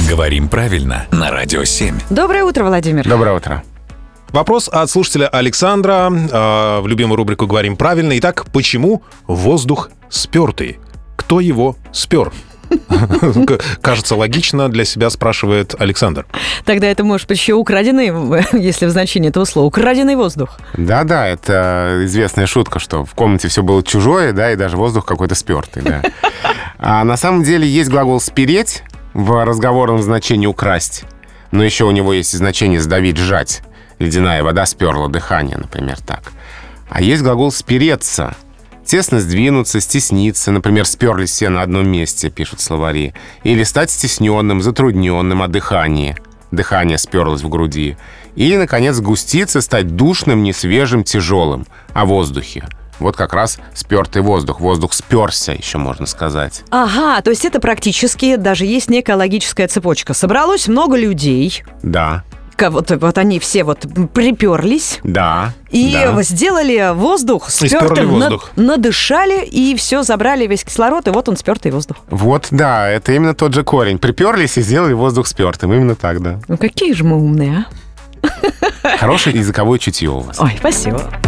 Говорим правильно на Радио 7. Доброе утро, Владимир. Доброе утро. Вопрос от слушателя Александра в любимую рубрику «Говорим правильно». Итак, почему воздух спёртый? Кто его спер? Кажется, логично для себя, спрашивает Александр. Тогда это может быть еще украденный, если в значении этого слова, украденный воздух. Да, это известная шутка, что в комнате все было чужое, да, и даже воздух какой-то спертый, да. А на самом деле есть глагол «спереть» в разговорном значении «украсть», но еще у него есть и значение «сдавить», «сжать». Ледяная вода сперла дыхание, например, так. А есть глагол «спереться». Тесно сдвинуться, стесниться. Например, сперлись все на одном месте, пишут словари. Или стать стесненным, затрудненным о дыхании. Дыхание сперлось в груди. Или, наконец, сгуститься, стать душным, несвежим, тяжелым. О воздухе. Вот как раз спертый воздух. Воздух сперся, еще можно сказать. Ага, то есть это практически даже есть некая логическая цепочка. Собралось много людей. Да. Вот они все вот приперлись. Да. И сделали воздух спертым, надышали, и все, забрали весь кислород, и вот он спертый воздух. Вот, да, это именно тот же корень. Приперлись и сделали воздух спертым. Именно так, да. Ну какие же мы умные, а? Хорошее языковое чутье у вас. Ой, спасибо.